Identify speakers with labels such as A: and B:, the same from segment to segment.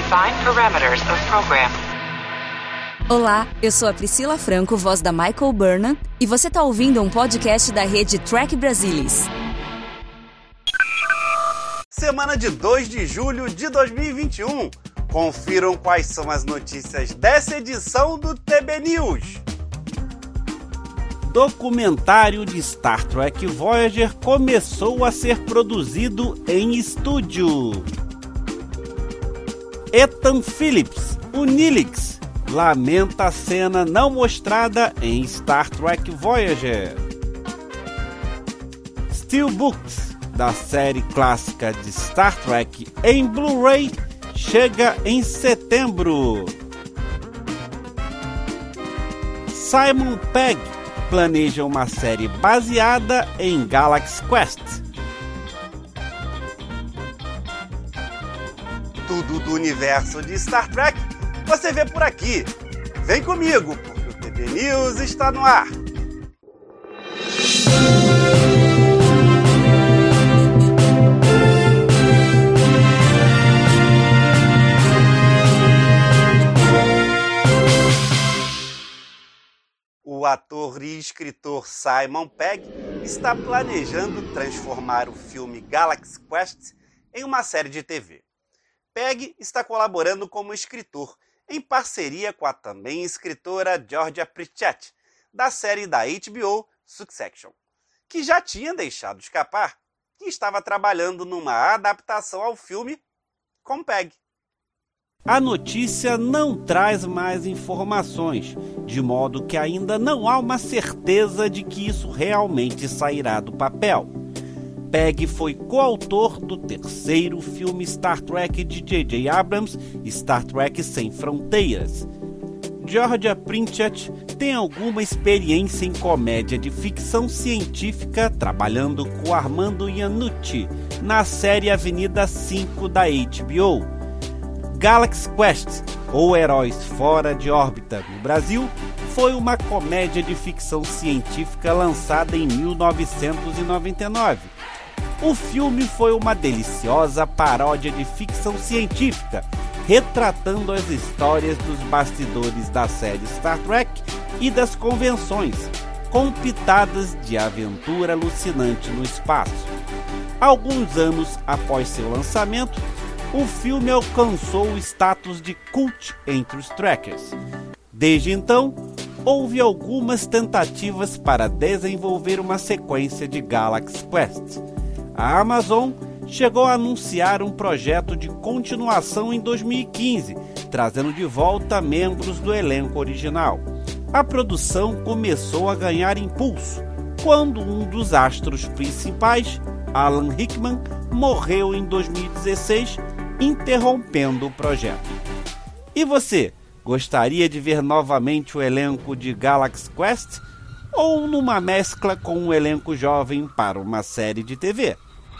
A: Define parameters of program.
B: Olá, eu sou a Priscila Franco, voz da Michael Burnham, e você está ouvindo um podcast da rede Trek Brasilis.
C: Semana de 2 de julho de 2021. Confiram quais são as notícias dessa edição do TB News. Documentário de Star Trek Voyager começou a ser produzido em estúdio. Ethan Phillips, o Neelix, lamenta a cena não mostrada em Star Trek Voyager. Steelbooks, da série clássica de Star Trek em Blu-ray, chega em setembro. Simon Pegg planeja uma série baseada em Galaxy Quest. Tudo do universo de Star Trek você vê por aqui. Vem comigo, porque o TB News está no ar. O ator e escritor Simon Pegg está planejando transformar o filme Galaxy Quest em uma série de TV. Pegg está colaborando como escritor, em parceria com a também escritora Georgia Pritchett, da série da HBO Succession, que já tinha deixado escapar que estava trabalhando numa adaptação ao filme com Pegg. A notícia não traz mais informações, de modo que ainda não há uma certeza de que isso realmente sairá do papel. Pegg foi coautor do terceiro filme Star Trek de J.J. Abrams, Star Trek Sem Fronteiras. Georgia Pritchett tem alguma experiência em comédia de ficção científica, trabalhando com Armando Iannucci na série Avenida 5 da HBO. Galaxy Quest, ou Heróis Fora de Órbita no Brasil, foi uma comédia de ficção científica lançada em 1999. O filme foi uma deliciosa paródia de ficção científica, retratando as histórias dos bastidores da série Star Trek e das convenções, com pitadas de aventura alucinante no espaço. Alguns anos após seu lançamento, o filme alcançou o status de cult entre os Trekkers. Desde então, houve algumas tentativas para desenvolver uma sequência de Galaxy Quest. A Amazon chegou a anunciar um projeto de continuação em 2015, trazendo de volta membros do elenco original. A produção começou a ganhar impulso quando um dos astros principais, Alan Rickman, morreu em 2016, interrompendo o projeto. E você, gostaria de ver novamente o elenco de Galaxy Quest? Ou numa mescla com um elenco jovem para uma série de TV?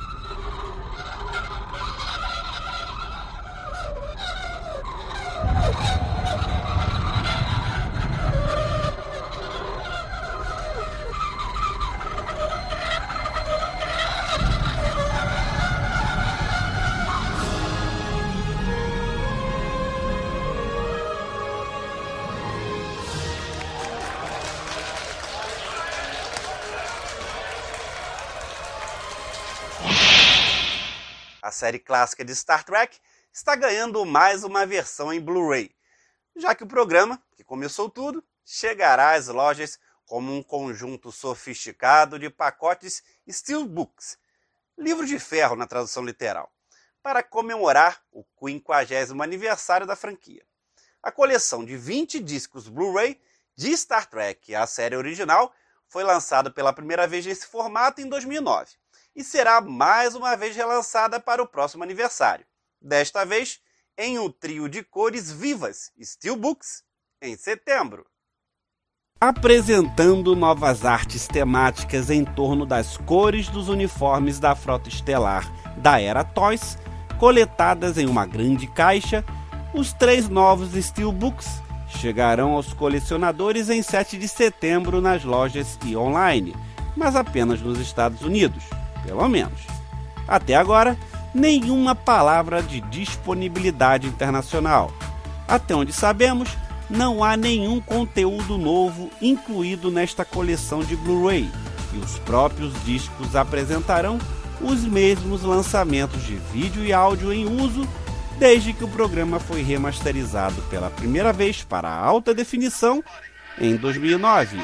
C: A série clássica de Star Trek está ganhando mais uma versão em Blu-ray, já que o programa, que começou tudo, chegará às lojas como um conjunto sofisticado de pacotes Steelbooks, livro de ferro na tradução literal, para comemorar o 50º aniversário da franquia. A coleção de 20 discos Blu-ray de Star Trek, a série original, foi lançada pela primeira vez nesse formato em 2009. E será mais uma vez relançada para o próximo aniversário. Desta vez, em um trio de cores vivas, Steelbooks, em setembro. Apresentando novas artes temáticas em torno das cores dos uniformes da frota estelar da Era Toys, coletadas em uma grande caixa, os 3 novos Steelbooks chegarão aos colecionadores em 7 de setembro nas lojas e online, mas apenas nos Estados Unidos. Pelo menos. Até agora, nenhuma palavra de disponibilidade internacional. Até onde sabemos, não há nenhum conteúdo novo incluído nesta coleção de Blu-ray, e os próprios discos apresentarão os mesmos lançamentos de vídeo e áudio em uso desde que o programa foi remasterizado pela primeira vez para alta definição em 2009.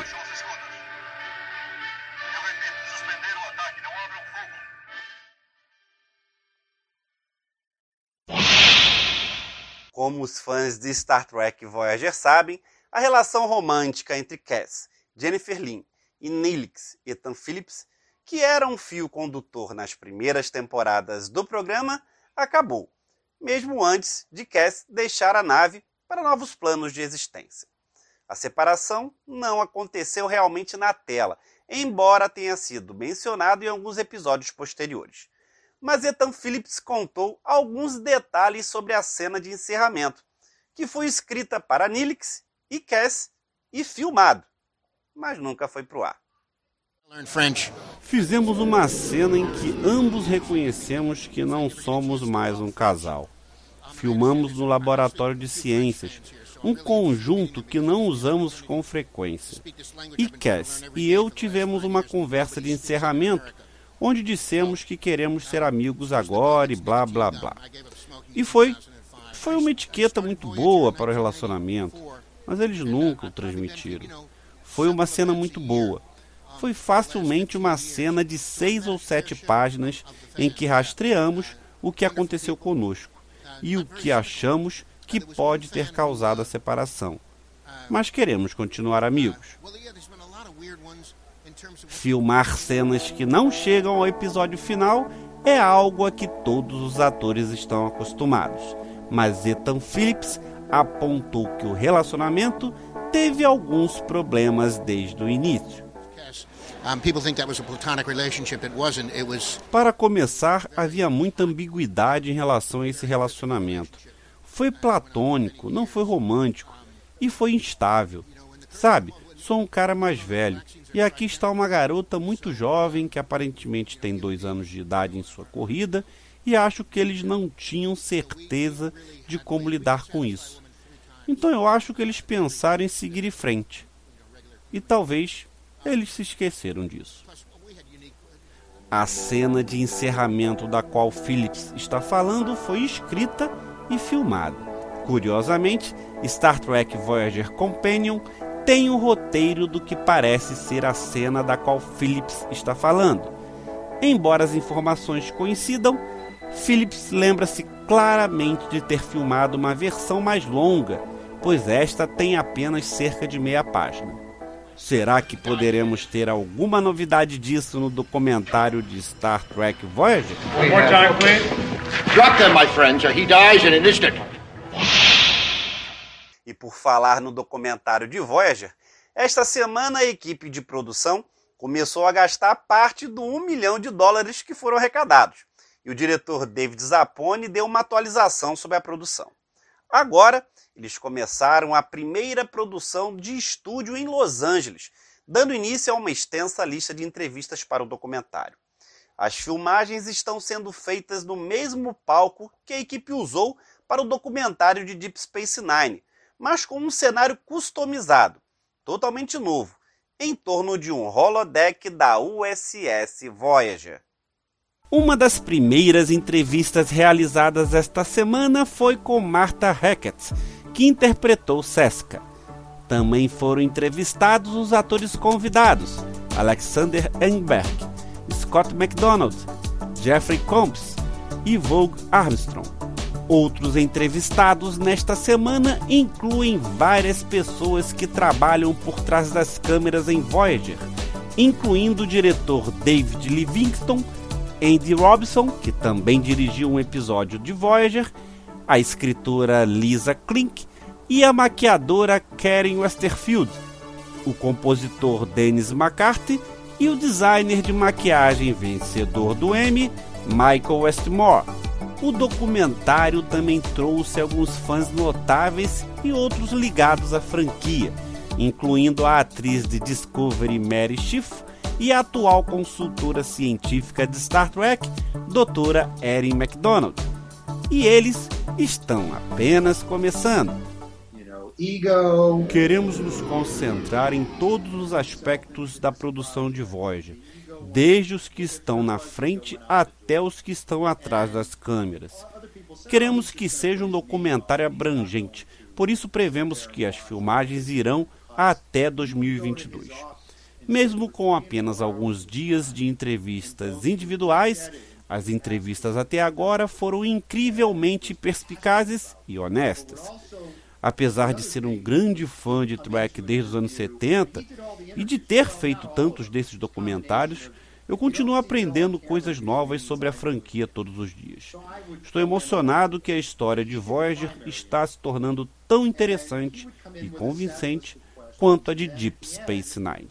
C: Como os fãs de Star Trek Voyager sabem, a relação romântica entre Cass, Jennifer Lin e Neelix Ethan Phillips, que era um fio condutor nas primeiras temporadas do programa, acabou, mesmo antes de Cass deixar a nave para novos planos de existência. A separação não aconteceu realmente na tela, embora tenha sido mencionado em alguns episódios posteriores. Mas Ethan Phillips contou alguns detalhes sobre a cena de encerramento, que foi escrita para Neelix e Cass e filmado, mas nunca foi pro ar. Fizemos uma cena em que ambos reconhecemos que não somos mais um casal. Filmamos no laboratório de ciências, um conjunto que não usamos com frequência. E Cass e eu tivemos uma conversa de encerramento, onde dissemos que queremos ser amigos agora e blá blá blá. E foi uma etiqueta muito boa para o relacionamento, mas eles nunca o transmitiram. Foi uma cena muito boa. Foi facilmente uma cena de 6 ou 7 páginas em que rastreamos o que aconteceu conosco e o que achamos que pode ter causado a separação. Mas queremos continuar amigos. Filmar cenas que não chegam ao episódio final é algo a que todos os atores estão acostumados. Mas Ethan Phillips apontou que o relacionamento teve alguns problemas desde o início. Para começar, havia muita ambiguidade em relação a esse relacionamento. Foi platônico, não foi romântico, e foi instável. Sabe, sou um cara mais velho, e aqui está uma garota muito jovem que aparentemente tem 2 anos de idade em sua corrida, e acho que eles não tinham certeza de como lidar com isso. Então eu acho que eles pensaram em seguir em frente. E talvez eles se esqueceram disso. A cena de encerramento da qual Phillips está falando foi escrita e filmada. Curiosamente, Star Trek Voyager Companion tem um roteiro do que parece ser a cena da qual Phillips está falando. Embora as informações coincidam, Phillips lembra-se claramente de ter filmado uma versão mais longa, pois esta tem apenas cerca de meia página. Será que poderemos ter alguma novidade disso no documentário de Star Trek Voyager?
D: One more time, please. Drop them, my friends, or he dies in an instant.
C: E por falar no documentário de Voyager, esta semana a equipe de produção começou a gastar parte do $1 milhão que foram arrecadados. E o diretor David Zappone deu uma atualização sobre a produção. Agora, eles começaram a primeira produção de estúdio em Los Angeles, dando início a uma extensa lista de entrevistas para o documentário. As filmagens estão sendo feitas no mesmo palco que a equipe usou para o documentário de Deep Space Nine, mas com um cenário customizado, totalmente novo, em torno de um holodeck da USS Voyager. Uma das primeiras entrevistas realizadas esta semana foi com Martha Hackett, que interpretou Seska. Também foram entrevistados os atores convidados, Alexander Engberg, Scott MacDonald, Jeffrey Combs e Vogue Armstrong. Outros entrevistados nesta semana incluem várias pessoas que trabalham por trás das câmeras em Voyager, incluindo o diretor David Livingston, Andy Robinson, que também dirigiu um episódio de Voyager, a escritora Lisa Klink e a maquiadora Karen Westerfield, o compositor Dennis McCarthy e o designer de maquiagem vencedor do Emmy, Michael Westmore. O documentário também trouxe alguns fãs notáveis e outros ligados à franquia, incluindo a atriz de Discovery Mary Schiff e a atual consultora científica de Star Trek, Dra. Erin McDonald. E eles estão apenas começando. Queremos nos concentrar em todos os aspectos da produção de Voyager, desde os que estão na frente até os que estão atrás das câmeras. Queremos que seja um documentário abrangente, por isso prevemos que as filmagens irão até 2022. Mesmo com apenas alguns dias de entrevistas individuais, as entrevistas até agora foram incrivelmente perspicazes e honestas. Apesar de ser um grande fã de Trek desde os anos 70 e de ter feito tantos desses documentários, eu continuo aprendendo coisas novas sobre a franquia todos os dias. Estou emocionado que a história de Voyager está se tornando tão interessante e convincente quanto a de Deep Space Nine.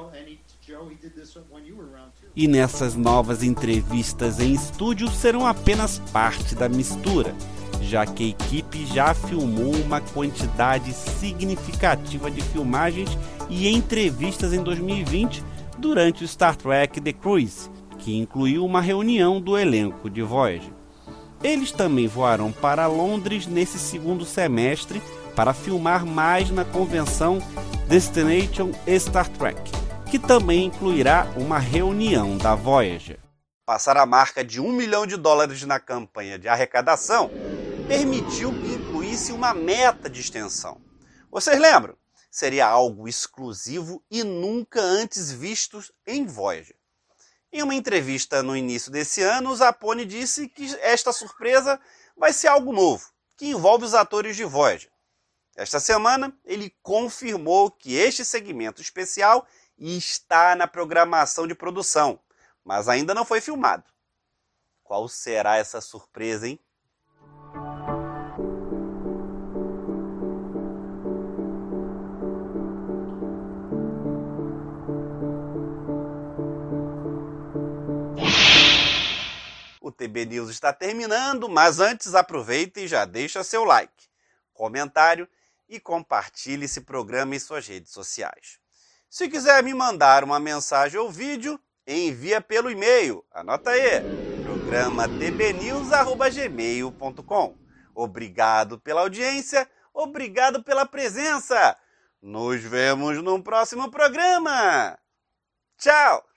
C: E nessas novas entrevistas em estúdio serão apenas parte da mistura, já que a equipe já filmou uma quantidade significativa de filmagens e entrevistas em 2020 durante o Star Trek The Cruise, que incluiu uma reunião do elenco de Voyager. Eles também voarão para Londres nesse segundo semestre para filmar mais na convenção Destination Star Trek, que também incluirá uma reunião da Voyager.
E: Passar a marca de $1 milhão na campanha de arrecadação permitiu que incluísse uma meta de extensão. Vocês lembram? Seria algo exclusivo e nunca antes visto em Voyager. Em uma entrevista no início desse ano, Zappone disse que esta surpresa vai ser algo novo, que envolve os atores de Voyager. Esta semana, ele confirmou que este segmento especial está na programação de produção, mas ainda não foi filmado. Qual será essa surpresa, hein? O TB News está terminando, mas antes aproveita e já deixa seu like, comentário e compartilhe esse programa em suas redes sociais. Se quiser me mandar uma mensagem ou vídeo, envia pelo e-mail. Anota aí, programa tbnews@gmail.com. Obrigado pela audiência, obrigado pela presença. Nos vemos no próximo programa. Tchau!